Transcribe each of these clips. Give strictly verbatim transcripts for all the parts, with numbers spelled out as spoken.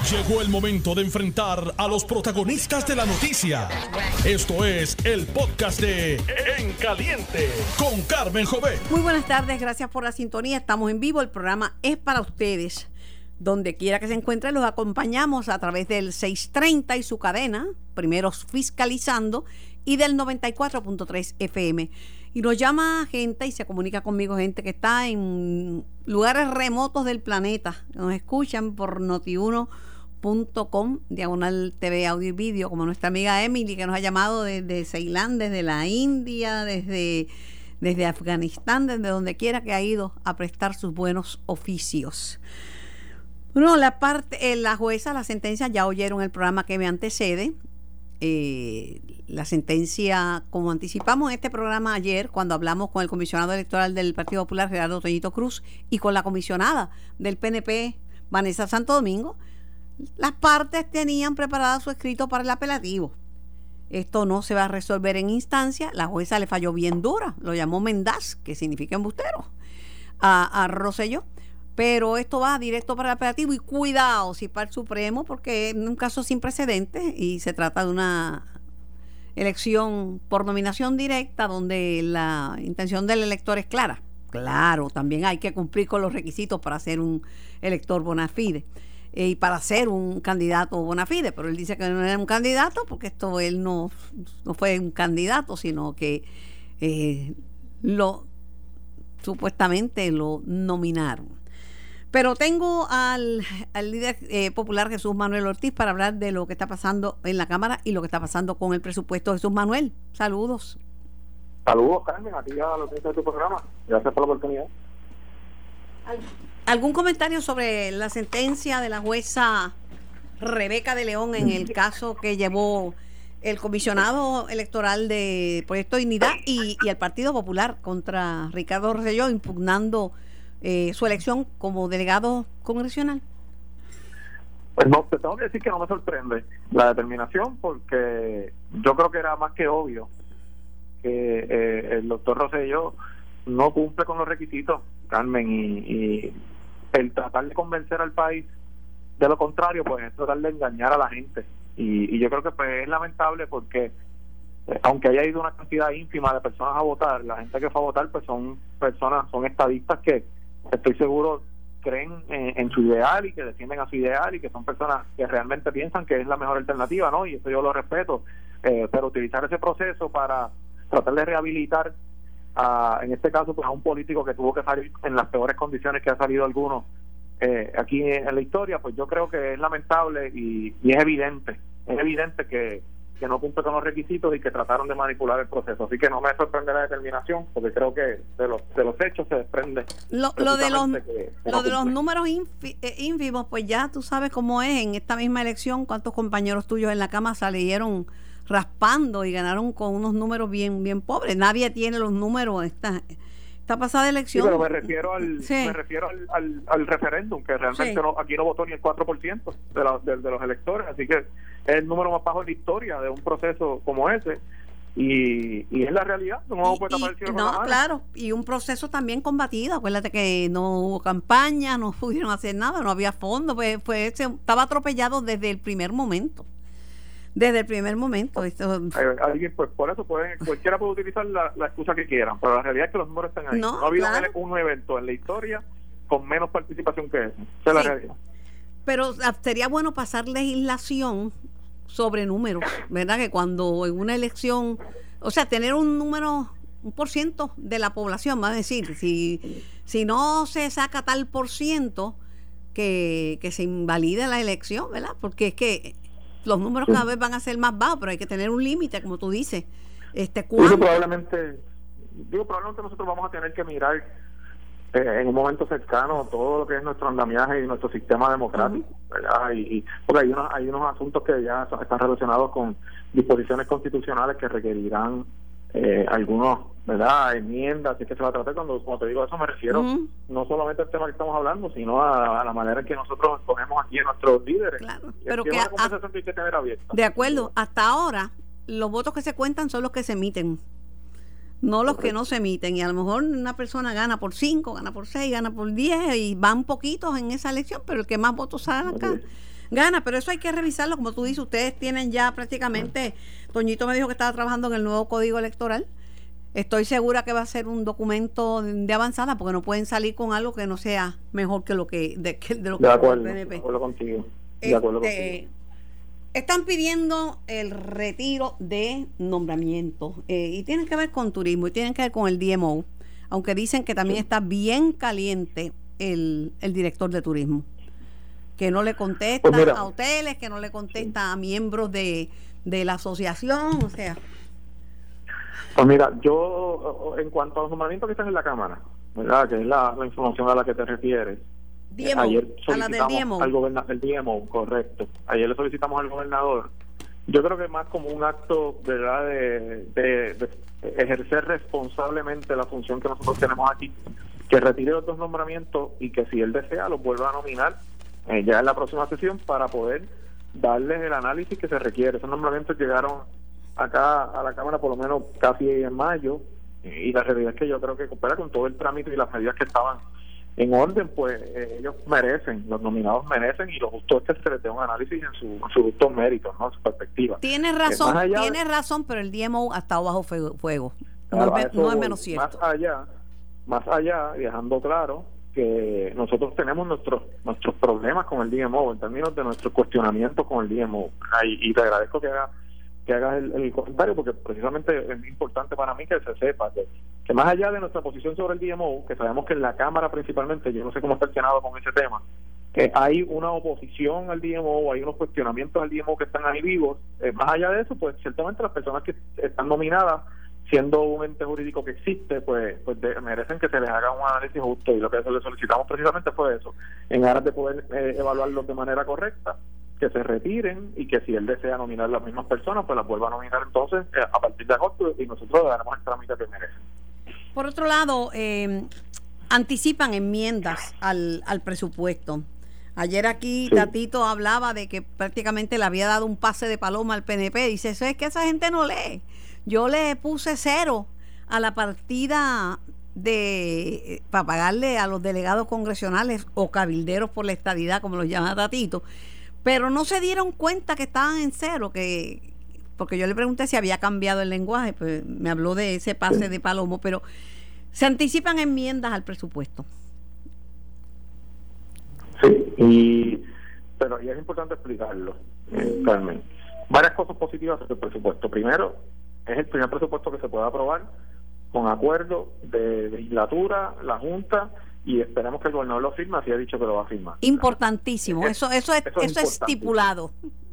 Llegó el momento de enfrentar a los protagonistas de la noticia. Esto es el podcast de En Caliente con Carmen Jovet. Muy buenas tardes, gracias por la sintonía. Estamos en vivo, el programa es para ustedes. Donde quiera que se encuentren, los acompañamos a través del seiscientos treinta y su cadena, Primeros Fiscalizando, y del noventa y cuatro punto tres F M. Y nos llama gente y se comunica conmigo gente que está en lugares remotos del planeta. Nos escuchan por noti uno punto com, diagonal T V, audio y vídeo, como nuestra amiga Emily, que nos ha llamado desde Ceilán, desde la India, desde, desde Afganistán, desde donde quiera que ha ido a prestar sus buenos oficios. Bueno, la parte, eh, la jueza, la sentencia, ya oyeron el programa que me antecede. Eh, la sentencia, como anticipamos en este programa ayer, cuando hablamos con el comisionado electoral del Partido Popular, Gerardo Toñito Cruz, y con la comisionada del P N P, Vanessa Santo Domingo, las partes tenían preparado su escrito para el apelativo. Esto no se va a resolver en instancia. La jueza le falló bien dura, lo llamó mendaz, que significa embustero, a, a Rosselló. Pero esto va directo para el apelativo y cuidado si para el Supremo, porque es un caso sin precedentes y se trata de una elección por nominación directa donde la intención del elector es clara. Claro, también hay que cumplir con los requisitos para ser un elector bona fide eh, y para ser un candidato bona fide, pero él dice que no era un candidato porque esto él no, no fue un candidato, sino que eh, lo supuestamente lo nominaron. Pero tengo al, al líder eh, popular Jesús Manuel Ortiz para hablar de lo que está pasando en la Cámara y lo que está pasando con el presupuesto. Jesús Manuel, saludos. Saludos, Carmen, a ti y a los de tu programa. Gracias por la oportunidad. ¿Algún comentario sobre la sentencia de la jueza Rebeca de León en el caso que llevó el comisionado electoral de Proyecto Dignidad y, y el Partido Popular contra Ricardo Rosselló, impugnando Eh, su elección como delegado congresional? Pues no, te tengo que decir que no me sorprende la determinación, porque yo creo que era más que obvio que eh, el doctor Rosselló no cumple con los requisitos, Carmen, y, y el tratar de convencer al país de lo contrario, pues es tratar de engañar a la gente, y, y yo creo que pues es lamentable porque eh, aunque haya ido una cantidad ínfima de personas a votar, la gente que fue a votar pues son personas, son estadistas que estoy seguro creen en, en su ideal y que defienden a su ideal y que son personas que realmente piensan que es la mejor alternativa, ¿no? Y eso yo lo respeto, eh, pero utilizar ese proceso para tratar de rehabilitar a, en este caso pues a un político que tuvo que salir en las peores condiciones que ha salido alguno eh, aquí en la historia, pues yo creo que es lamentable y, y es evidente, es evidente que que no cumple con los requisitos y que trataron de manipular el proceso. Así que no me sorprende la determinación, porque creo que de los de los hechos se desprende. Lo, lo de los, que, que lo no de los números infi, eh, ínfimos, pues ya tú sabes cómo es. En esta misma elección, cuántos compañeros tuyos en la Cámara salieron raspando y ganaron con unos números bien bien pobres. Nadie tiene los números esta esta pasada elección. Sí, pero me refiero al sí. me refiero al, al, al referéndum, que realmente sí. no, aquí no votó ni el cuatro por ciento de, la, de, de los electores, así que es el número más bajo de la historia de un proceso como ese, y, y es la realidad. No, y, puede y, no claro, y un proceso también combatido. Acuérdate que no hubo campaña, no pudieron hacer nada, no había fondos, pues, pues estaba atropellado desde el primer momento. Desde el primer momento. Esto... Alguien, pues por eso pueden, cualquiera puede utilizar la, la excusa que quieran, pero la realidad es que los números están ahí. No, no ha habido claro. un, un evento en la historia con menos participación que ese. Esa es la realidad. Pero sería bueno pasar legislación sobre números, ¿verdad? Que cuando en una elección, o sea, tener un número, un por ciento de la población, va a decir, si, si no se saca tal por ciento, que, que se invalide la elección, ¿verdad? Porque es que los números cada vez van a ser más bajos, pero hay que tener un límite, como tú dices. Este, digo, probablemente, digo, probablemente nosotros vamos a tener que mirar eh, en un momento cercano todo lo que es nuestro andamiaje y nuestro sistema democrático, uh-huh. ¿verdad? Y, y porque hay unos, hay unos asuntos que ya son, están relacionados con disposiciones constitucionales que requerirán eh, algunos, ¿verdad?, enmiendas, así que se va a tratar. Cuando, como te digo, a eso me refiero, uh-huh. no solamente al tema que estamos hablando, sino a, a la manera en que nosotros escogemos aquí a nuestros líderes. Claro, pero que, a, que hay que tener abierta. De acuerdo, hasta ahora los votos que se cuentan son los que se emiten, no los okay. que no se emiten, y a lo mejor una persona gana por cinco, gana por seis, gana por diez, y van poquitos en esa elección, pero el que más votos saca, okay. gana, pero eso hay que revisarlo, como tú dices, ustedes tienen ya prácticamente, Toñito me dijo que estaba trabajando en el nuevo código electoral. Estoy segura que va a ser un documento de avanzada, porque no pueden salir con algo que no sea mejor que lo que de, que, de lo que de acuerdo, el P N P. De acuerdo contigo. De este, acuerdo contigo. Están pidiendo el retiro de nombramientos eh, y tienen que ver con turismo y tienen que ver con el D M O, aunque dicen que también está bien caliente el, el director de turismo, que no le contesta pues a hoteles, que no le contesta sí. a miembros de, de la asociación, o sea... Pues mira, yo en cuanto a los nombramientos que están en la Cámara, ¿verdad? Que es la, la información a la que te refieres. D M O, ayer a la del D M O. Al gobernador, el D M O, correcto. Ayer le solicitamos al gobernador. Yo creo que más como un acto, ¿verdad?, de, de, de ejercer responsablemente la función que nosotros tenemos aquí, que retire los dos nombramientos y que si él desea los vuelva a nominar eh, ya en la próxima sesión para poder darles el análisis que se requiere. Esos nombramientos llegaron acá a la Cámara por lo menos casi en mayo y la realidad es que yo creo que coopera con todo el trámite y las medidas que estaban en orden, pues eh, ellos merecen, los nominados merecen y lo justo es que se les dé un análisis en su, en sus justos méritos, ¿no? En su perspectiva. Tienes razón, tienes de, razón, pero el D M O ha estado bajo fuego. No, claro, es, no es menos cierto. Más allá, más allá, dejando claro que nosotros tenemos nuestros nuestros problemas con el D M O en términos de nuestros cuestionamientos con el D M O. Ay, y te agradezco que haga que hagas el, el comentario porque precisamente es importante para mí que se sepa que, que más allá de nuestra posición sobre el D M O, que sabemos que en la Cámara principalmente, yo no sé cómo está el Senado con ese tema, que hay una oposición al D M O, hay unos cuestionamientos al D M O que están ahí vivos, eh, más allá de eso, pues ciertamente las personas que están nominadas, siendo un ente jurídico que existe, pues pues de, merecen que se les haga un análisis justo y lo que le solicitamos precisamente fue eso, en aras de poder eh, evaluarlos de manera correcta, que se retiren y que si él desea nominar las mismas personas, pues las vuelva a nominar entonces eh, a partir de agosto y nosotros le daremos el trámite que merecen. Por otro lado, eh, anticipan enmiendas al, al presupuesto. Ayer aquí sí. Tatito hablaba de que prácticamente le había dado un pase de paloma al P N P. Dice, eso es que esa gente no lee. Yo le puse cero a la partida de para pagarle a los delegados congresionales o cabilderos por la estadidad, como los llama Tatito. Pero no se dieron cuenta que estaban en cero, que porque yo le pregunté si había cambiado el lenguaje, pues me habló de ese pase de palomo, pero se anticipan enmiendas al presupuesto. Sí, y pero y es importante explicarlo, eh, Carmen. Varias cosas positivas del presupuesto. Primero, es el primer presupuesto que se puede aprobar con acuerdo de legislatura, la Junta, y esperamos que el gobernador lo firme, así ha dicho que lo va a firmar. Importantísimo, es, eso eso es, eso es, eso es estipulado.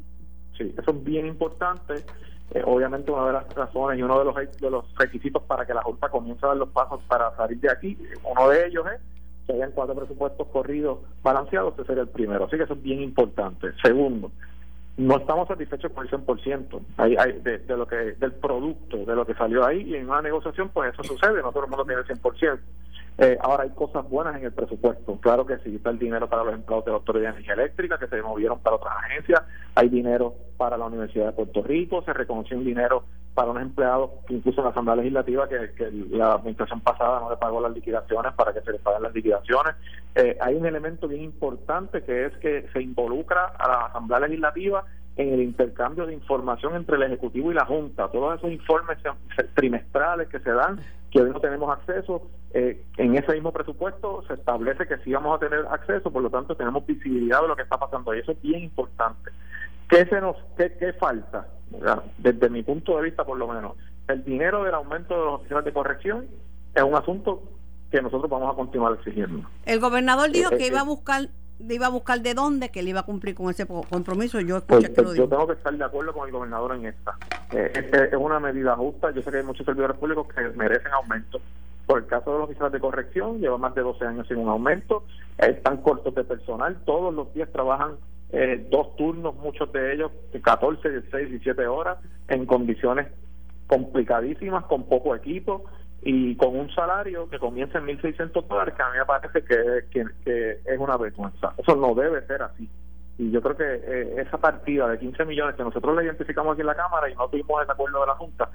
Sí, eso es bien importante. Eh, obviamente una de las razones y uno de los de los requisitos para que la Junta comience a dar los pasos para salir de aquí, uno de ellos es que hayan cuatro presupuestos corridos balanceados, ese sería el primero. Así que eso es bien importante. Segundo, no estamos satisfechos con el cien por ciento hay, hay, de, de lo que del producto, de lo que salió ahí, y en una negociación pues eso sucede, no todo el mundo tiene el cien por ciento. Eh, ahora hay cosas buenas en el presupuesto, claro que sí, está el dinero para los empleados de la Autoridad de Energía Eléctrica que se movieron para otras agencias, hay dinero para la Universidad de Puerto Rico, se reconoció un dinero para unos empleados que incluso en la Asamblea Legislativa que, que la administración pasada no le pagó las liquidaciones para que se les paguen las liquidaciones. Eh, hay un elemento bien importante que es que se involucra a la Asamblea Legislativa en el intercambio de información entre el Ejecutivo y la Junta. Todos esos informes trimestrales que se dan, que hoy no tenemos acceso, eh, en ese mismo presupuesto se establece que sí vamos a tener acceso, por lo tanto tenemos visibilidad de lo que está pasando y eso es bien importante. ¿Qué se nos qué, qué falta? ¿Verdad? Desde mi punto de vista, por lo menos, el dinero del aumento de los oficiales de corrección es un asunto que nosotros vamos a continuar exigiendo. El gobernador dijo eh, que eh, iba a buscar iba a buscar de dónde, que él iba a cumplir con ese compromiso. Yo escuché pues, que lo dijo. Yo tengo que estar de acuerdo con el gobernador en esta. Eh, es, es una medida justa. Yo sé que hay muchos servidores públicos que merecen aumento. Por el caso de los oficiales de corrección, lleva más de doce años sin un aumento. Eh, están cortos de personal. Todos los días trabajan eh, dos turnos, muchos de ellos catorce, dieciséis, diecisiete horas, en condiciones complicadísimas, con poco equipo y con un salario que comienza en mil seiscientos dólares, que a mí me parece que, que, que es una vergüenza. Eso no debe ser así. Y yo creo que eh, esa partida de quince millones que nosotros le identificamos aquí en la Cámara y no tuvimos el acuerdo de la Junta,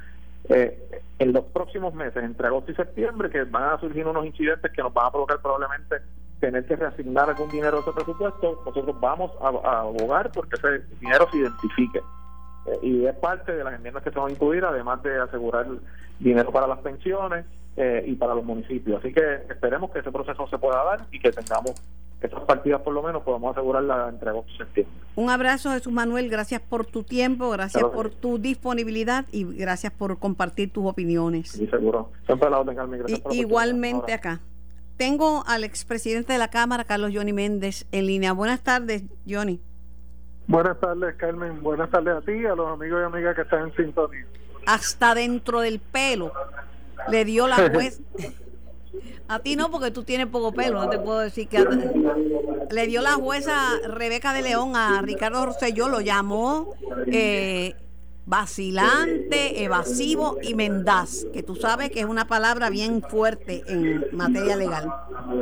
eh, en los próximos meses, entre agosto y septiembre, que van a surgir unos incidentes que nos van a provocar probablemente tener que reasignar algún dinero de ese presupuesto, nosotros vamos a, a abogar porque ese dinero se identifique. Eh, y es parte de las enmiendas que se van a incluir, además de asegurar dinero para las pensiones eh, y para los municipios. Así que esperemos que ese proceso se pueda dar y que tengamos esas partidas, por lo menos podamos asegurarla entre agosto y septiembre. Un abrazo, Jesús Manuel, gracias por tu tiempo, gracias claro. por tu disponibilidad y gracias por compartir tus opiniones. Sí, seguro. Siempre a la orden, Carmen. Gracias por la igualmente acá. Tengo al expresidente de la Cámara, Carlos Johnny Méndez, en línea. Buenas tardes, Johnny. Buenas tardes, Carmen. Buenas tardes a ti y a los amigos y amigas que están en sintonía. Hasta dentro del pelo le dio la juez... A ti no, porque tú tienes poco pelo, no te puedo decir que... Le dio la jueza Rebeca de León a Ricardo Rosselló, lo llamó eh, vacilante, evasivo y mendaz, que tú sabes que es una palabra bien fuerte en materia legal.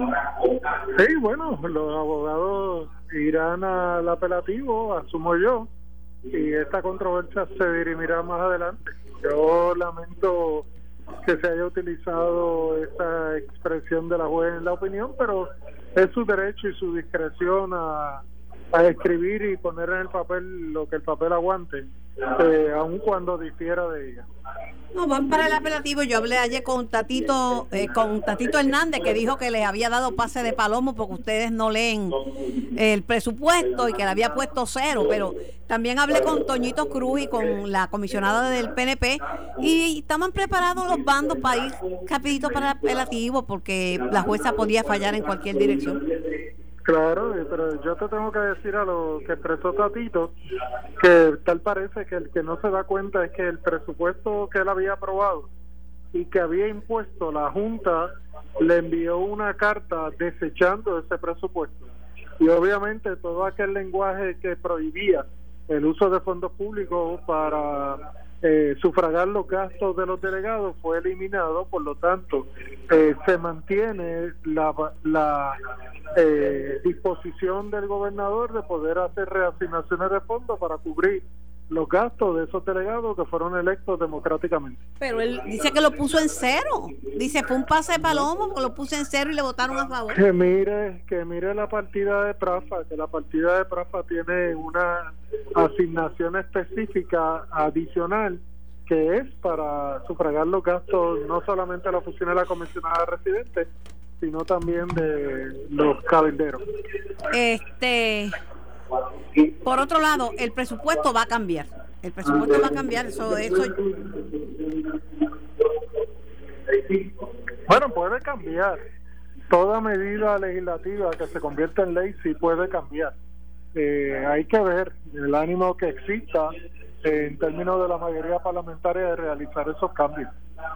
Sí, bueno, los abogados irán al apelativo, asumo yo, y esta controversia se dirimirá más adelante. Yo lamento que se haya utilizado esa expresión de la juez en la opinión, pero es su derecho y su discreción a, a escribir y poner en el papel lo que el papel aguante, eh, aun cuando difiera de ella. No, van para el apelativo. Yo hablé ayer con Tatito, eh, con Tatito Hernández, que dijo que les había dado pase de palomo porque ustedes no leen el presupuesto y que le había puesto cero, pero también hablé con Toñito Cruz y con la comisionada del P N P y estaban preparados los bandos para ir rapidito para el apelativo porque la jueza podía fallar en cualquier dirección. Claro, pero yo te tengo que decir a lo que expresó Tatito, que tal parece que el que no se da cuenta es que el presupuesto que él había aprobado y que había impuesto la Junta le envió una carta desechando ese presupuesto. Y obviamente todo aquel lenguaje que prohibía el uso de fondos públicos para eh, sufragar los gastos de los delegados fue eliminado, por lo tanto eh, se mantiene la, la eh, disposición del gobernador de poder hacer reasignaciones de fondos para cubrir los gastos de esos delegados que fueron electos democráticamente. Pero él dice que lo puso en cero. Dice, fue un pase de palomo porque lo puso en cero y le votaron a favor. Que mire, que mire la partida de Prafa, que la partida de Prafa tiene una asignación específica adicional que es para sufragar los gastos no solamente de la oficina de la comisionada residente, sino también de los cabilderos. Este... Por otro lado, el presupuesto va a cambiar. El presupuesto va a cambiar. Eso, eso. Bueno, puede cambiar. Toda medida legislativa que se convierta en ley sí puede cambiar. Eh, hay que ver el ánimo que exista eh, en términos de la mayoría parlamentaria de realizar esos cambios.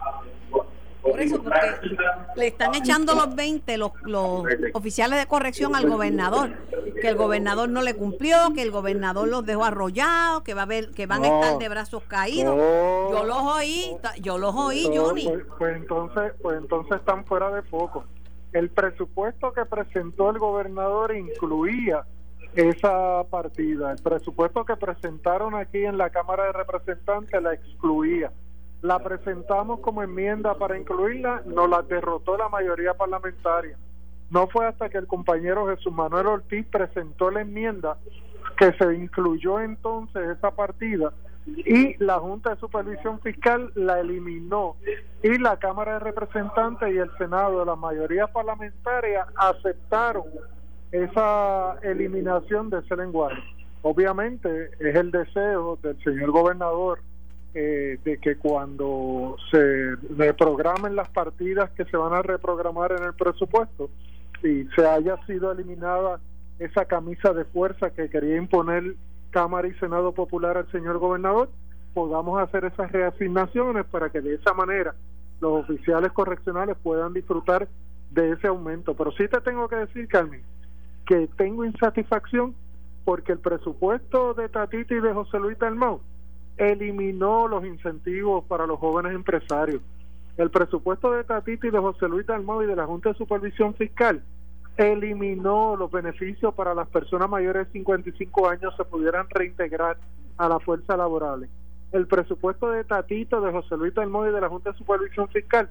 Por eso, porque le están echando los veinte los, los oficiales de corrección al gobernador, que el gobernador no le cumplió, que el gobernador los dejó arrollados, que va a haber, que van no, a estar de brazos caídos. No, yo los oí, yo los oí, no, Johnny. Pues, pues entonces, pues entonces están fuera de foco. El presupuesto que presentó el gobernador incluía esa partida. El presupuesto que presentaron aquí en la Cámara de Representantes la excluía. La presentamos como enmienda para incluirla, nos la derrotó la mayoría parlamentaria. No fue hasta que el compañero Jesús Manuel Ortiz presentó la enmienda que se incluyó entonces esa partida y la Junta de Supervisión Fiscal la eliminó y la Cámara de Representantes y el Senado, la mayoría parlamentaria, aceptaron esa eliminación de ese lenguaje. Obviamente es el deseo del señor gobernador Eh, de que cuando se reprogramen las partidas que se van a reprogramar en el presupuesto y se haya sido eliminada esa camisa de fuerza que quería imponer Cámara y Senado Popular al señor gobernador, podamos hacer esas reasignaciones para que de esa manera los oficiales correccionales puedan disfrutar de ese aumento. Pero sí te tengo que decir, Carmen, que tengo insatisfacción porque el presupuesto de Tatito y de José Luis Dalmau eliminó los incentivos para los jóvenes empresarios. El presupuesto de Tatito y de José Luis Dalmau y de la Junta de Supervisión Fiscal eliminó los beneficios para las personas mayores de cincuenta y cinco años se pudieran reintegrar a la fuerza laboral. El presupuesto de Tatito, de José Luis Dalmau y de la Junta de Supervisión Fiscal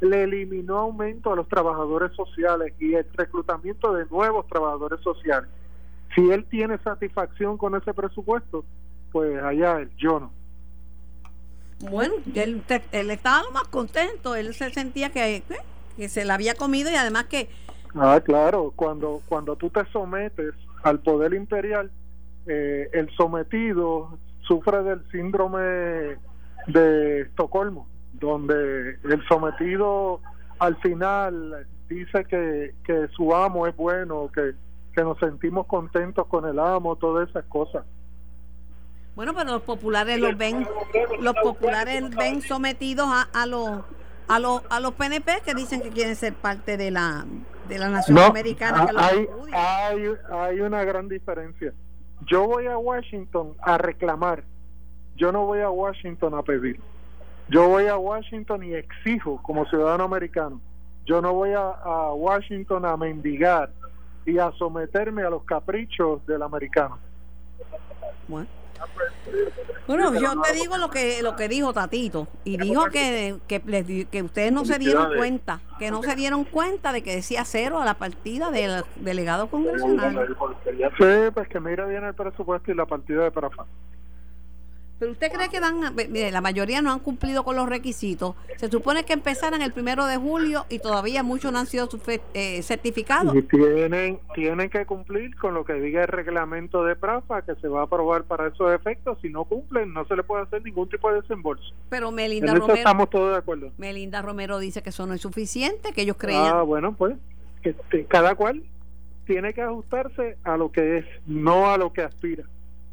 le eliminó aumento a los trabajadores sociales y el reclutamiento de nuevos trabajadores sociales. Si él tiene satisfacción con ese presupuesto, pues allá él, yo no. Bueno, él, él estaba lo más contento, él se sentía que, que se la había comido y además que... Ah, claro, cuando, cuando tú te sometes al poder imperial, eh, el sometido sufre del síndrome de Estocolmo, donde el sometido al final dice que, que su amo es bueno, que, que nos sentimos contentos con el amo, todas esas cosas. Bueno, pero los populares los ven, los populares ven sometidos a, a los a los a los P N P que dicen que quieren ser parte de la de la nación no, americana. Que los hay, hay hay una gran diferencia. Yo voy a Washington a reclamar, yo no voy a Washington a pedir. Yo voy a Washington y exijo como ciudadano americano. Yo no voy a, a Washington a mendigar y a someterme a los caprichos del americano. Bueno. Bueno, yo te digo lo que lo que dijo Tatito y dijo que que, les, que ustedes no se dieron cuenta, que no se dieron cuenta de que decía cero a la partida del delegado congresional. Sí, pues que mira bien el presupuesto y la partida de Prafa. Pero usted cree que dan, mire, la mayoría no han cumplido con los requisitos. Se supone que empezaran el primero de julio y todavía muchos no han sido eh, certificados. Y tienen, tienen que cumplir con lo que diga el reglamento de Prafa, que se va a aprobar para esos efectos. Si no cumplen, no se le puede hacer ningún tipo de desembolso. Pero Melinda en eso Romero, estamos todos de acuerdo. Melinda Romero dice que eso no es suficiente, que ellos creían. Ah, bueno, pues que, que cada cual tiene que ajustarse a lo que es, no a lo que aspira.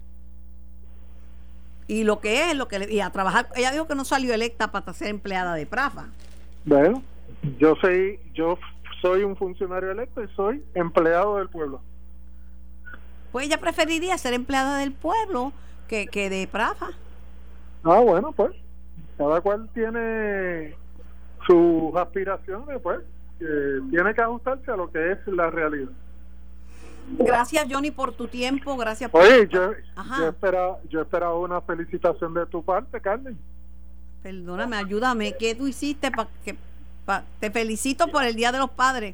Y lo que es, lo que le, y a trabajar, ella dijo que no salió electa para ser empleada de Prafa. Bueno, yo soy, yo soy un funcionario electo y soy empleado del pueblo. Pues ella preferiría ser empleada del pueblo que, que de Prafa. Ah, bueno, pues, cada cual tiene sus aspiraciones, pues, eh, tiene que ajustarse a lo que es la realidad. Gracias, Johnny, por tu tiempo. Gracias por... Oye, yo, yo esperaba yo esperaba una felicitación de tu parte, Carmen. Perdóname, ayúdame. ¿Qué tú hiciste para que pa, te felicito por el Día de los Padres?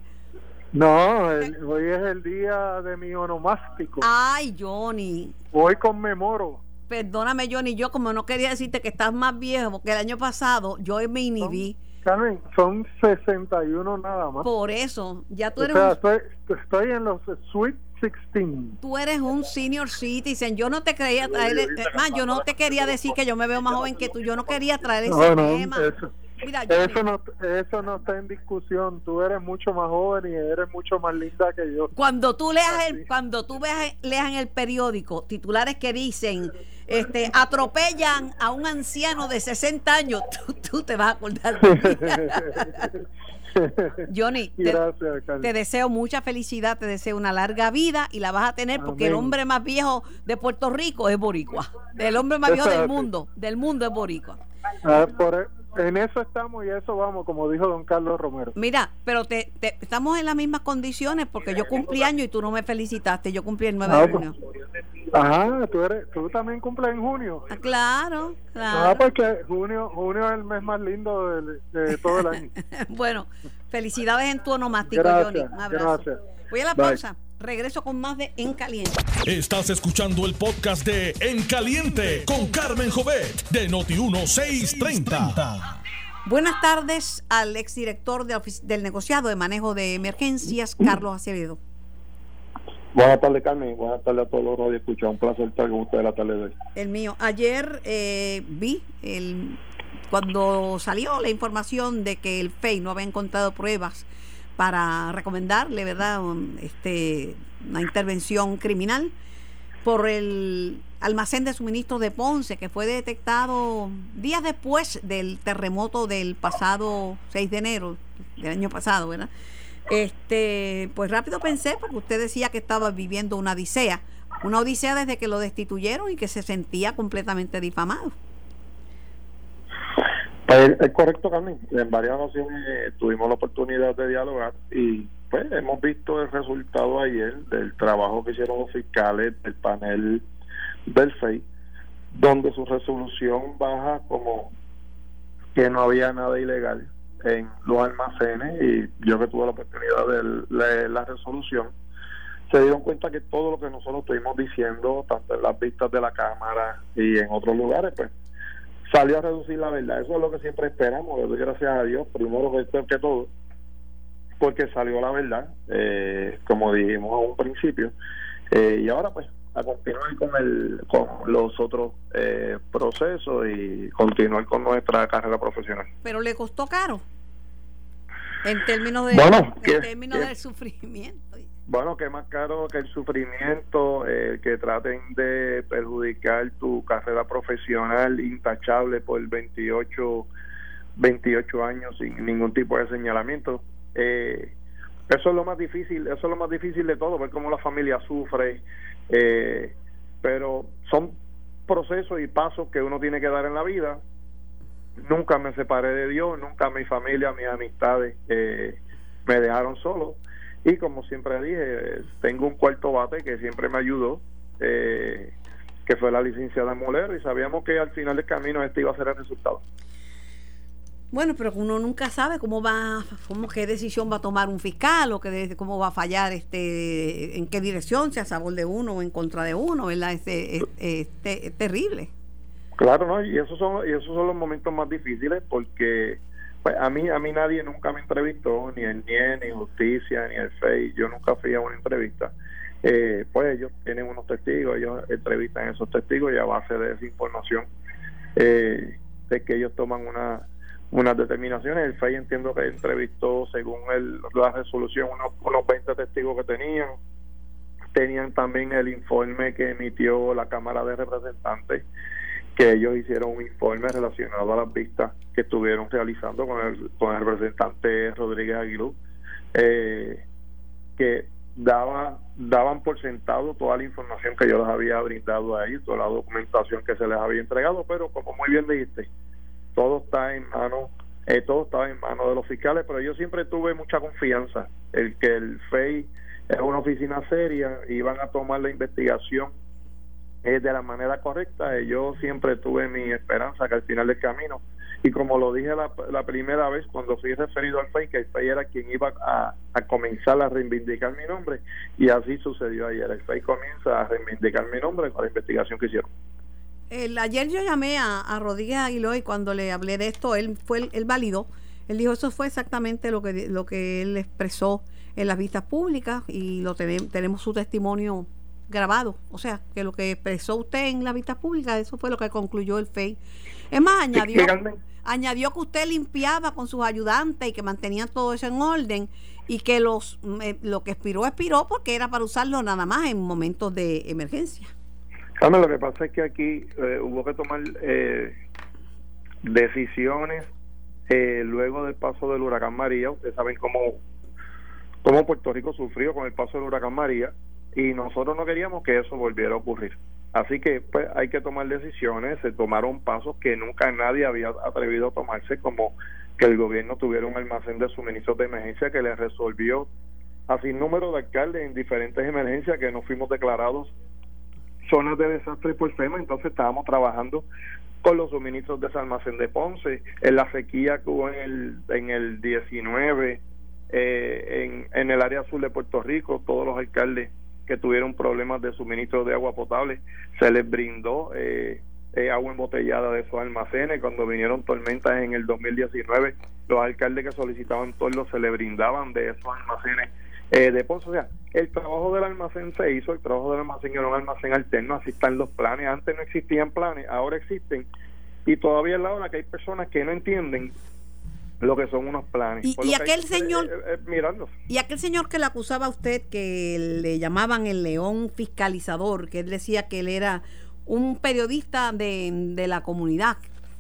No, el, hoy es el día de mi onomástico. Ay, Johnny. Hoy conmemoro. Perdóname, Johnny, yo como no quería decirte que estás más viejo, porque el año pasado yo me inhibí. Carmen, son sesenta y uno nada más. Por eso, ya tú eres o sea, un... estoy, estoy en los Sweet dieciséis. Tú eres un senior citizen. Yo no te quería traer, eh, más, yo no te quería decir que yo me veo más joven que tú. Yo no quería traer ese no, no, tema. Eso, Mira, eso, no, eso no está en discusión. Tú eres mucho más joven y eres mucho más linda que yo. Cuando tú leas el, cuando tú veas, leas en el periódico titulares que dicen este atropellan a un anciano de sesenta años, tú, tú te vas a acordar de mí. Johnny, te, Gracias, te deseo mucha felicidad, te deseo una larga vida y la vas a tener porque Amén. El hombre más viejo de Puerto Rico es boricua. El hombre más viejo del mundo, del mundo es boricua. Ah, por, en eso estamos y eso vamos, como dijo don Carlos Romero. Mira, pero te, te, estamos en las mismas condiciones porque yo cumplí año y tú no me felicitaste. Yo cumplí el nueve de junio. Ajá, tú, eres, tú también cumples en junio. Ah, claro, claro. Ah, porque junio, junio es el mes más lindo de, de todo el año. Bueno, felicidades en tu onomástico, gracias, Johnny. Un abrazo. Gracias. Voy a la pausa. Regreso con más de En Caliente. Estás escuchando el podcast de En Caliente con Carmen Jovet de Noti uno seiscientos treinta. Buenas tardes al exdirector de del negociado de manejo de emergencias, Carlos Acevedo. Buenas tardes, Carmen. Buenas tardes a todos los radioescuchas. Un placer estar con ustedes la tarde de hoy. El mío. Ayer eh, vi el cuando salió la información de que el F E I no había encontrado pruebas para recomendarle, ¿verdad?, este, una intervención criminal por el almacén de suministros de Ponce, que fue detectado días después del terremoto del pasado seis de enero del año pasado, ¿verdad? Este, pues rápido pensé, porque usted decía que estaba viviendo una odisea, una odisea desde que lo destituyeron y que se sentía completamente difamado. Pues es correcto, Carmen. En varias ocasiones eh, tuvimos la oportunidad de dialogar y pues hemos visto el resultado ayer del trabajo que hicieron los fiscales del panel del F E I, donde su resolución baja como que no había nada ilegal en los almacenes, y yo que tuve la oportunidad de leer la resolución, se dieron cuenta que todo lo que nosotros estuvimos diciendo, tanto en las vistas de la Cámara y en otros lugares, pues salió a reducir la verdad. Eso es lo que siempre esperamos, le doy gracias a Dios, primero que, que todo, porque salió la verdad, eh, como dijimos a un principio, eh, y ahora pues a continuar con el con los otros eh, procesos y continuar con nuestra carrera profesional. Pero le costó caro en términos de bueno, en que, términos que, del sufrimiento. Bueno, que más caro que el sufrimiento, eh, que traten de perjudicar tu carrera profesional intachable por veintiocho años sin ningún tipo de señalamiento. Eh, eso es lo más difícil, eso es lo más difícil de todo, ver cómo la familia sufre, eh, pero son procesos y pasos que uno tiene que dar en la vida. Nunca me separé de Dios, nunca mi familia, mis amistades eh, me dejaron solo, y como siempre dije, tengo un cuarto bate que siempre me ayudó, eh, que fue la licenciada Molero, y sabíamos que al final del camino este iba a ser el resultado. Bueno, pero uno nunca sabe cómo va, cómo qué decisión va a tomar un fiscal, o que cómo va a fallar, este, en qué dirección, si a favor de uno o en contra de uno, ¿verdad? Este, este, este, es terrible. Claro, no, y esos son y esos son los momentos más difíciles, porque pues a mí a mí nadie nunca me entrevistó, ni el N I E, ni Justicia, ni el F E I. Yo nunca fui a una entrevista. Eh, pues ellos tienen unos testigos, ellos entrevistan a esos testigos, y a base de esa información eh, de que ellos toman una unas determinaciones. El F E I entiendo que entrevistó, según el, la resolución, unos, unos veinte testigos que tenían. Tenían también el informe que emitió la Cámara de Representantes, que ellos hicieron un informe relacionado a las vistas que estuvieron realizando con el, con el representante Rodríguez Aguilú, eh, que daba, daban por sentado toda la información que yo les había brindado a ellos, toda la documentación que se les había entregado, pero como muy bien dijiste, todo está en manos, eh, todo estaba en manos de los fiscales, pero yo siempre tuve mucha confianza el que el F E I es una oficina seria, iban a tomar la investigación eh, de la manera correcta. Eh, yo siempre tuve mi esperanza que al final del camino, y como lo dije la, la primera vez cuando fui referido al F E I, que el F E I era quien iba a, a comenzar a reivindicar mi nombre, y así sucedió ayer. El F E I comienza a reivindicar mi nombre con la investigación que hicieron. El, ayer yo llamé a, a Rodríguez Aguiló, y cuando le hablé de esto, él fue él validó. Él dijo, eso fue exactamente lo que lo que él expresó en las vistas públicas, y lo tenemos, tenemos su testimonio grabado. O sea, que lo que expresó usted en las vistas públicas, eso fue lo que concluyó el F E I. Es más, añadió, añadió que usted limpiaba con sus ayudantes y que mantenían todo eso en orden, y que los eh, lo que expiró, expiró porque era para usarlo nada más en momentos de emergencia. Carmen, lo que pasa es que aquí eh, hubo que tomar eh, decisiones eh, luego del paso del huracán María. Ustedes saben cómo, cómo Puerto Rico sufrió con el paso del huracán María, y nosotros no queríamos que eso volviera a ocurrir. Así que pues hay que tomar decisiones. Se tomaron pasos que nunca nadie había atrevido a tomarse, como que el gobierno tuviera un almacén de suministros de emergencia que le resolvió a sin número de alcaldes en diferentes emergencias que no fuimos declarados zonas de desastre por FEMA. Entonces estábamos trabajando con los suministros de ese almacén de Ponce, en la sequía que hubo en el, en el diecinueve, eh, en, en el área sur de Puerto Rico. Todos los alcaldes que tuvieron problemas de suministro de agua potable, se les brindó eh, eh, agua embotellada de esos almacenes. Cuando vinieron tormentas en el dos mil diecinueve, los alcaldes que solicitaban tornos se les brindaban de esos almacenes Eh, de Ponce. O sea, el trabajo del almacén se hizo, el trabajo del almacén era un almacén alterno. Así están los planes. Antes no existían planes, ahora existen, y todavía es la hora que hay personas que no entienden lo que son unos planes. Y, y aquel que, señor eh, eh, mirarlos. y aquel señor que le acusaba a usted, que le llamaban el león fiscalizador, que él decía que él era un periodista de, de la comunidad.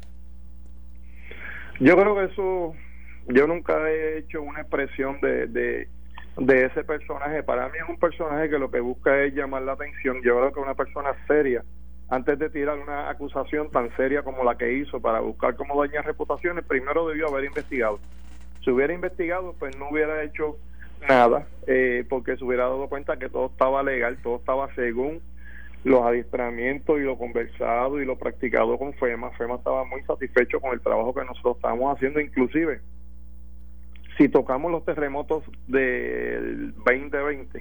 Yo creo que eso, yo nunca he hecho una expresión de, de de ese personaje. Para mí es un personaje que lo que busca es llamar la atención. Yo creo que una persona seria, antes de tirar una acusación tan seria como la que hizo para buscar cómo dañar reputaciones, primero debió haber investigado. Si hubiera investigado, pues no hubiera hecho nada, eh, porque se hubiera dado cuenta que todo estaba legal, todo estaba según los adiestramientos y lo conversado y lo practicado con FEMA. FEMA estaba muy satisfecho con el trabajo que nosotros estábamos haciendo. Inclusive si tocamos los terremotos del veinte veinte,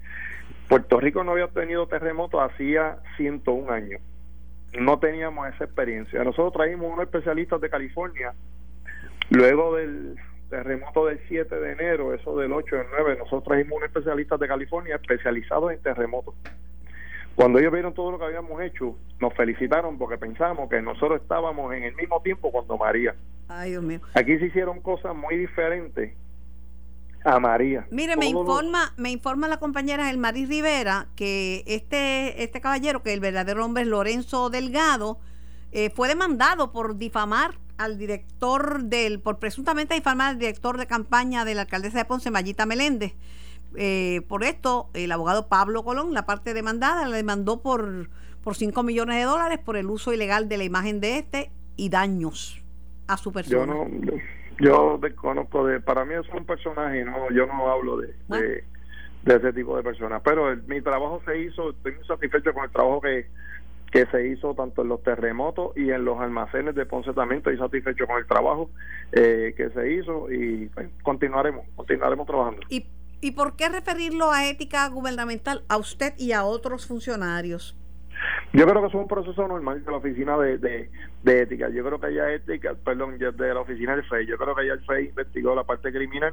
Puerto Rico no había tenido terremotos hacía ciento un años. No teníamos esa experiencia. Nosotros traímos unos especialistas de California luego del terremoto del siete de enero, eso del ocho, del nueve, nosotros trajimos unos especialistas de California especializados en terremotos. Cuando ellos vieron todo lo que habíamos hecho, nos felicitaron porque pensamos que nosotros estábamos en el mismo tiempo cuando María. Ay, Dios mío. Aquí se hicieron cosas muy diferentes a María. Mire, me informa, me informa la compañera Elmaris Rivera que este, este caballero, que el verdadero nombre es Lorenzo Delgado, eh, fue demandado por difamar al director del, por presuntamente difamar al director de campaña de la alcaldesa de Ponce, Mayita Meléndez. Eh, por esto, el abogado Pablo Colón, la parte demandada, le demandó por, por cinco millones de dólares por el uso ilegal de la imagen de este y daños a su persona. Yo no, yo, yo desconozco de, para mí es un personaje, no, yo no hablo de, ¿Ah? de, de ese tipo de personas, pero el, mi trabajo se hizo, estoy muy satisfecho con el trabajo que que se hizo tanto en los terremotos y en los almacenes de Ponce también. Estoy satisfecho con el trabajo eh, que se hizo y pues, continuaremos, continuaremos trabajando. ¿Y, ¿Y por qué referirlo a ética gubernamental a usted y a otros funcionarios? Yo creo que es un proceso normal de la oficina de, de, de ética. Yo creo que ya ética, perdón, ya de la oficina del F E I. Yo creo que ya el F E I investigó la parte criminal.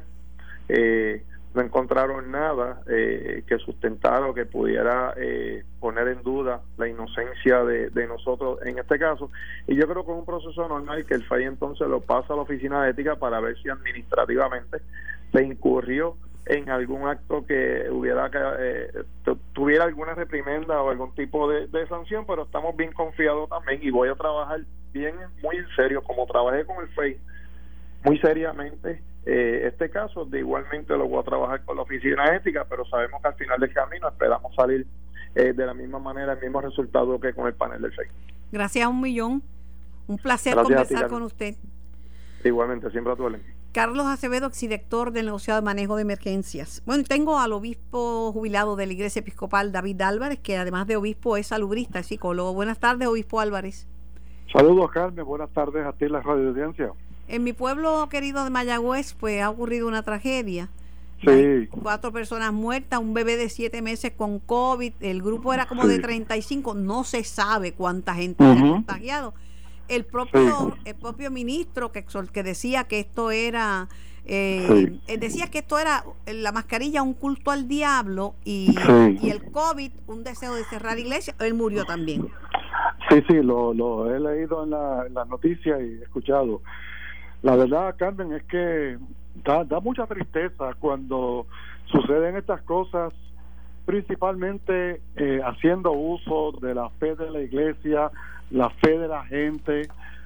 Eh, no encontraron nada eh, que sustentara o que pudiera eh, poner en duda la inocencia de, de nosotros en este caso, y yo creo que es un proceso normal que el F E I entonces lo pasa a la oficina de ética para ver si administrativamente se incurrió en algún acto que hubiera que eh, tuviera alguna reprimenda o algún tipo de, de sanción, pero estamos bien confiados también y voy a trabajar bien, muy en serio, como trabajé con el F E I, muy seriamente eh, este caso, de igualmente lo voy a trabajar con la oficina ética, pero sabemos que al final del camino esperamos salir eh, de la misma manera, el mismo resultado que con el panel del F E I. Gracias a un millón, un placer Gracias conversar ti, con usted. Igualmente, siempre a tu orden. Carlos Acevedo, exdirector del negociado de manejo de emergencias. Bueno, tengo al obispo jubilado de la Iglesia Episcopal, David Álvarez, que además de obispo es salubrista, es psicólogo. Buenas tardes, obispo Álvarez. Saludos, Carmen, buenas tardes a ti, la radio audiencia. En mi pueblo querido de Mayagüez, pues ha ocurrido una tragedia. Sí. Hay cuatro personas muertas, un bebé de siete meses con COVID, el grupo era como sí. de treinta y cinco, no se sabe cuánta gente uh-huh. se ha contagiado. El propio sí. el propio ministro que, que decía que esto era, eh, sí. decía que esto era la mascarilla un culto al diablo y, sí. y el COVID un deseo de cerrar iglesias, él murió también. Sí, sí, lo, lo he leído en la, en las noticias y escuchado. La verdad, Carmen, es que da, da mucha tristeza cuando suceden estas cosas, principalmente eh, haciendo uso de la fe de la iglesia, la fe de la gente,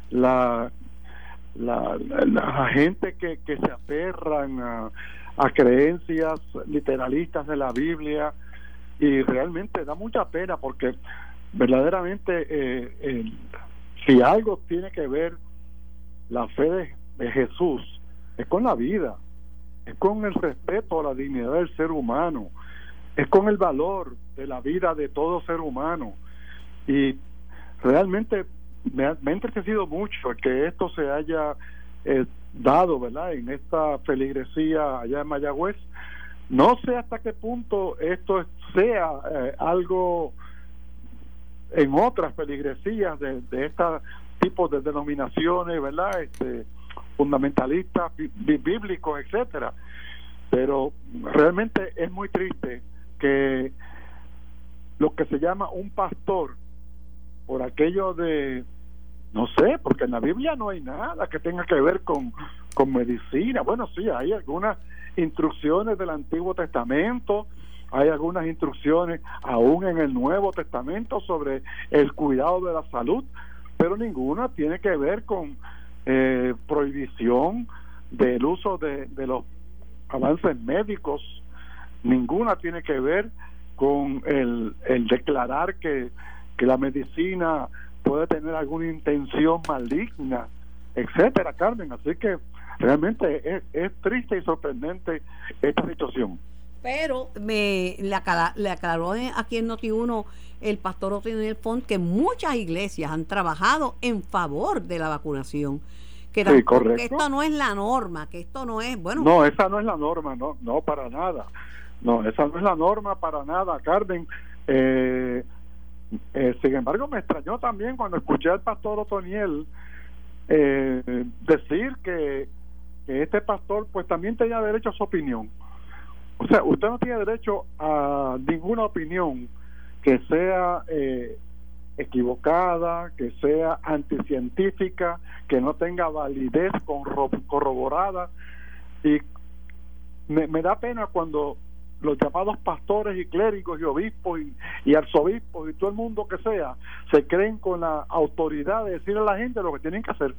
la la, la, la gente que, que se aferran a, a creencias literalistas de la Biblia, y realmente da mucha pena porque verdaderamente eh, eh, si algo tiene que ver la fe de, de Jesús es con la vida, es con el respeto a la dignidad del ser humano, es con el valor de la vida de todo ser humano, y realmente me ha, me ha entristecido mucho que esto se haya eh, dado, ¿verdad?, en esta feligresía allá en Mayagüez. No sé hasta qué punto esto sea eh, algo en otras feligresías de, de este tipo de denominaciones, ¿verdad?, este, fundamentalistas, bí, bíblicos, etcétera. Pero realmente es muy triste que lo que se llama un pastor, por aquello de, no sé, porque en la Biblia no hay nada que tenga que ver con, con medicina. Bueno, sí, hay algunas instrucciones del Antiguo Testamento, hay algunas instrucciones aún en el Nuevo Testamento sobre el cuidado de la salud, pero ninguna tiene que ver con eh, prohibición del uso de, de los avances médicos, ninguna tiene que ver con el, el declarar que, que la medicina puede tener alguna intención maligna, etcétera, Carmen. Así que realmente es, es triste y sorprendente esta situación. Pero me le, aclaró, le aclaró aquí en Noti uno el pastor Otoniel Font que muchas iglesias han trabajado en favor de la vacunación, que, Sí, tampoco, que esto no es la norma, que esto no es, bueno. No, esa no es la norma, no, no, para nada. No, esa no es la norma para nada, Carmen. Eh, eh, sin embargo, me extrañó también cuando escuché al pastor Otoniel eh, decir que, que este pastor pues también tenía derecho a su opinión. O sea, usted no tiene derecho a ninguna opinión que sea eh, equivocada, que sea anticientífica, que no tenga validez corroborada. Y me, me da pena cuando los llamados pastores y clérigos y obispos y, y arzobispos y todo el mundo que sea se creen con la autoridad de decirle a la gente lo que tienen que hacer.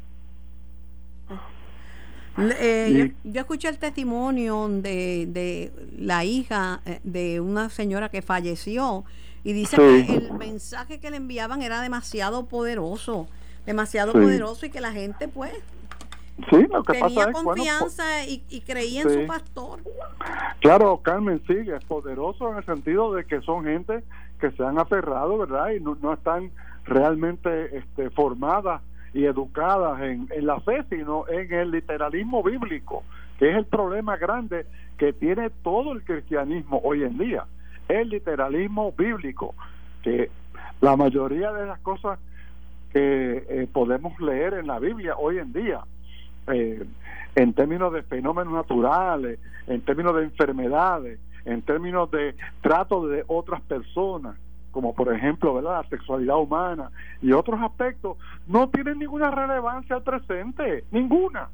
Eh, y, yo, yo escuché el testimonio de, de la hija de una señora que falleció y dice sí. que el mensaje que le enviaban era demasiado poderoso, demasiado sí. poderoso y que la gente pues sí, lo que tenía pasa es, confianza bueno, y, y creía en sí. su pastor. Claro, Carmen, sí, es poderoso en el sentido de que son gente que se han aferrado, ¿verdad? Y no, no están realmente este, formadas y educadas en, en la fe, sino en el literalismo bíblico, que es el problema grande que tiene todo el cristianismo hoy en día, el literalismo bíblico, que la mayoría de las cosas que eh, podemos leer en la Biblia hoy en día, eh, en términos de fenómenos naturales, en términos de enfermedades, en términos de trato de otras personas, como por ejemplo, ¿verdad?, la sexualidad humana y otros aspectos, no tienen ninguna relevancia al presente, ninguna.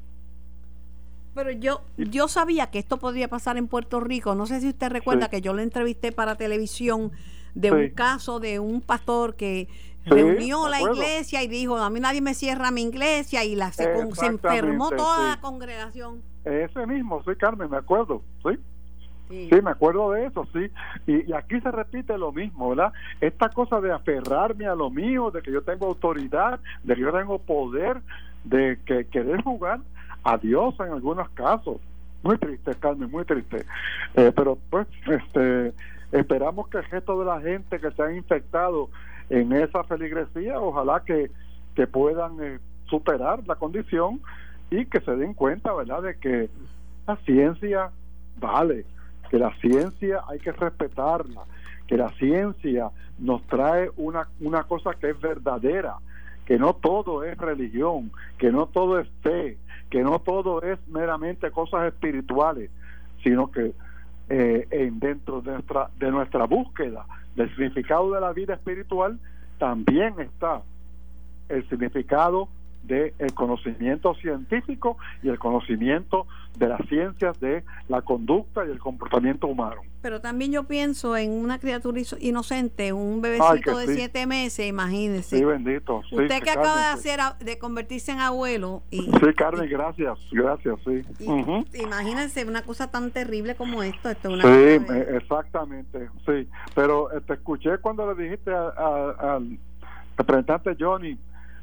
Pero yo yo sabía que esto podría pasar en Puerto Rico. No sé si usted recuerda sí. que yo lo entrevisté para televisión de sí. un caso de un pastor que sí, reunió la iglesia y dijo, a mí nadie me cierra mi iglesia, y la se, se enfermó toda sí. la congregación. Ese mismo, sí, Carmen, me acuerdo, sí. Sí. sí, me acuerdo de eso, sí. Y, y aquí se repite lo mismo, ¿verdad? Esta cosa de aferrarme a lo mío, de que yo tengo autoridad, de que yo tengo poder, de que querer jugar a Dios en algunos casos. Muy triste, Carmen, muy triste. Eh, pero pues, este, esperamos que el resto de la gente que se han infectado en esa feligresía, ojalá que, que puedan eh, superar la condición y que se den cuenta, ¿verdad?, de que la ciencia vale, que la ciencia hay que respetarla, que la ciencia nos trae una, una cosa que es verdadera, que no todo es religión, que no todo es fe, que no todo es meramente cosas espirituales, sino que eh, en dentro de nuestra, de nuestra búsqueda del significado de la vida espiritual también está el significado del conocimiento científico y el conocimiento de las ciencias de la conducta y el comportamiento humano. Pero también yo pienso en una criatura inocente, un bebecito de sí. siete meses, imagínese. Sí, bendito. Usted sí, que Carmen, acaba de sí. hacer, de convertirse en abuelo. Y, sí, Carmen, y, gracias, gracias, sí. Y, uh-huh. Imagínense una cosa tan terrible como esto. esto es una sí, de... exactamente, sí. Pero te escuché cuando le dijiste a, a, al representante Johnny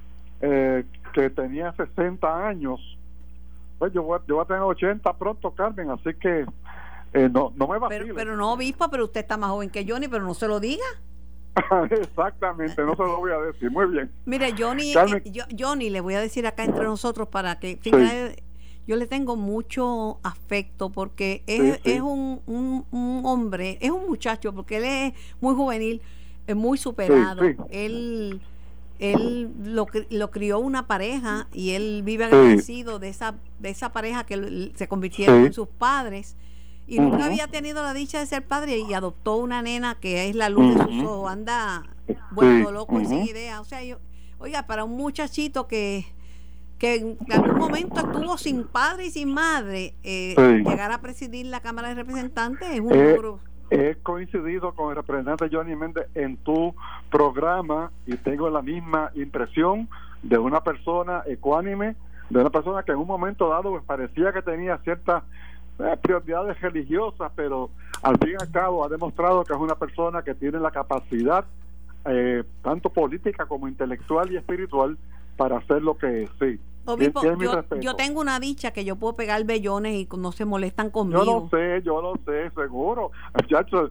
eh, que tenía sesenta años. Pues yo voy, yo voy a tener ochenta pronto, Carmen, así que eh, no, no me vacile. Pero, pero no, obispo, pero usted está más joven que Johnny, pero no se lo diga. Exactamente, no se lo voy a decir. Muy bien. Mire, Johnny, eh, yo, Johnny, le voy a decir acá entre nosotros para que, fíjate, sí. yo le tengo mucho afecto porque es, sí, sí. es un, un, un hombre, es un muchacho, porque él es muy juvenil, es muy superado. Sí, sí. Él... él lo, lo crió una pareja y él vive agradecido sí. de esa de esa pareja que se convirtieron sí. en sus padres, y uh-huh. nunca había tenido la dicha de ser padre, y adoptó una nena que es la luz uh-huh. de sus ojos. Anda bueno, loco uh-huh. y sin idea. O sea, yo, oiga, para un muchachito que que en algún momento estuvo sin padre y sin madre, eh, sí. llegar a presidir la Cámara de Representantes es un eh. logro. He coincidido con el representante Johnny Méndez en tu programa y tengo la misma impresión de una persona ecuánime, de una persona que en un momento dado pues, parecía que tenía ciertas eh, prioridades religiosas, pero al fin y al cabo ha demostrado que es una persona que tiene la capacidad eh, tanto política como intelectual y espiritual para hacer lo que es. Sí. Obispo, yo, yo tengo una dicha que yo puedo pegar bellones y no se molestan conmigo. Yo lo sé, yo lo sé, seguro. Muchachos,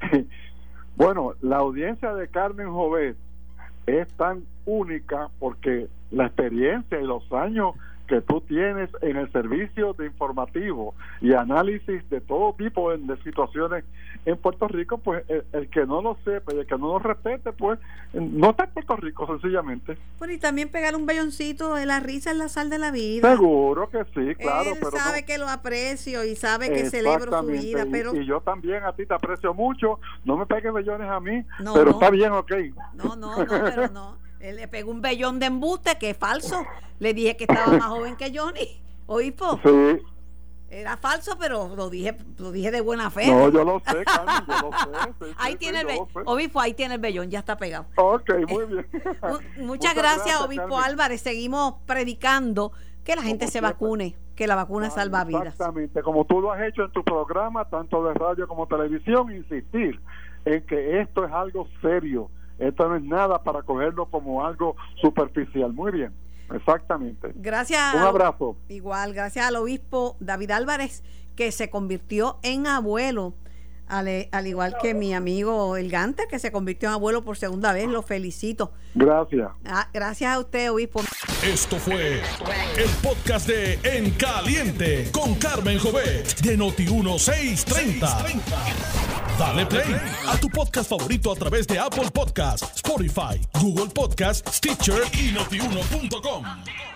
bueno, la audiencia de Carmen Jovet es tan única porque la experiencia y los años que tú tienes en el servicio de informativo y análisis de todo tipo de, de situaciones en Puerto Rico, pues el, el que no lo sepa y el que no lo respete, pues no está en Puerto Rico, sencillamente. Bueno, y también pegar un belloncito de la risa es la sal de la vida. Seguro que sí, claro. Él pero sabe no. que lo aprecio y sabe que celebro su vida, pero... Y, y yo también a ti te aprecio mucho, no me pegues bellones a mí, no, pero no. está bien, ok. No, no, no, pero no. Él le pegó un bellón de embuste, que es falso. Le dije que estaba más joven que Johnny, obispo. Sí. Era falso, pero lo dije lo dije de buena fe. No, yo lo sé, Carmen, yo lo sé. Sí, ahí sí, tiene sí, el yo bellón. lo sé. Obispo, ahí tiene el bellón, ya está pegado. Ok, muy bien. Muchas, Muchas gracias, gracias, Obispo Carmen. Álvarez. Seguimos predicando que la gente Como se siempre. vacune, que la vacuna ah, salva vidas. Exactamente, como tú lo has hecho en tu programa, tanto de radio como televisión, insistir en que esto es algo serio. Esto no es nada para cogerlo como algo superficial. Muy bien, exactamente. Gracias. Un abrazo. Igual, gracias al obispo David Álvarez, que se convirtió en abuelo, al, al igual que mi amigo El Gante, que se convirtió en abuelo por segunda vez. Lo felicito. Gracias. Ah, gracias a usted, obispo. Esto fue el podcast de En Caliente con Carmen Jovet de Noti uno seiscientos treinta. Dale play a tu podcast favorito a través de Apple Podcasts, Spotify, Google Podcasts, Stitcher y notiuno punto com.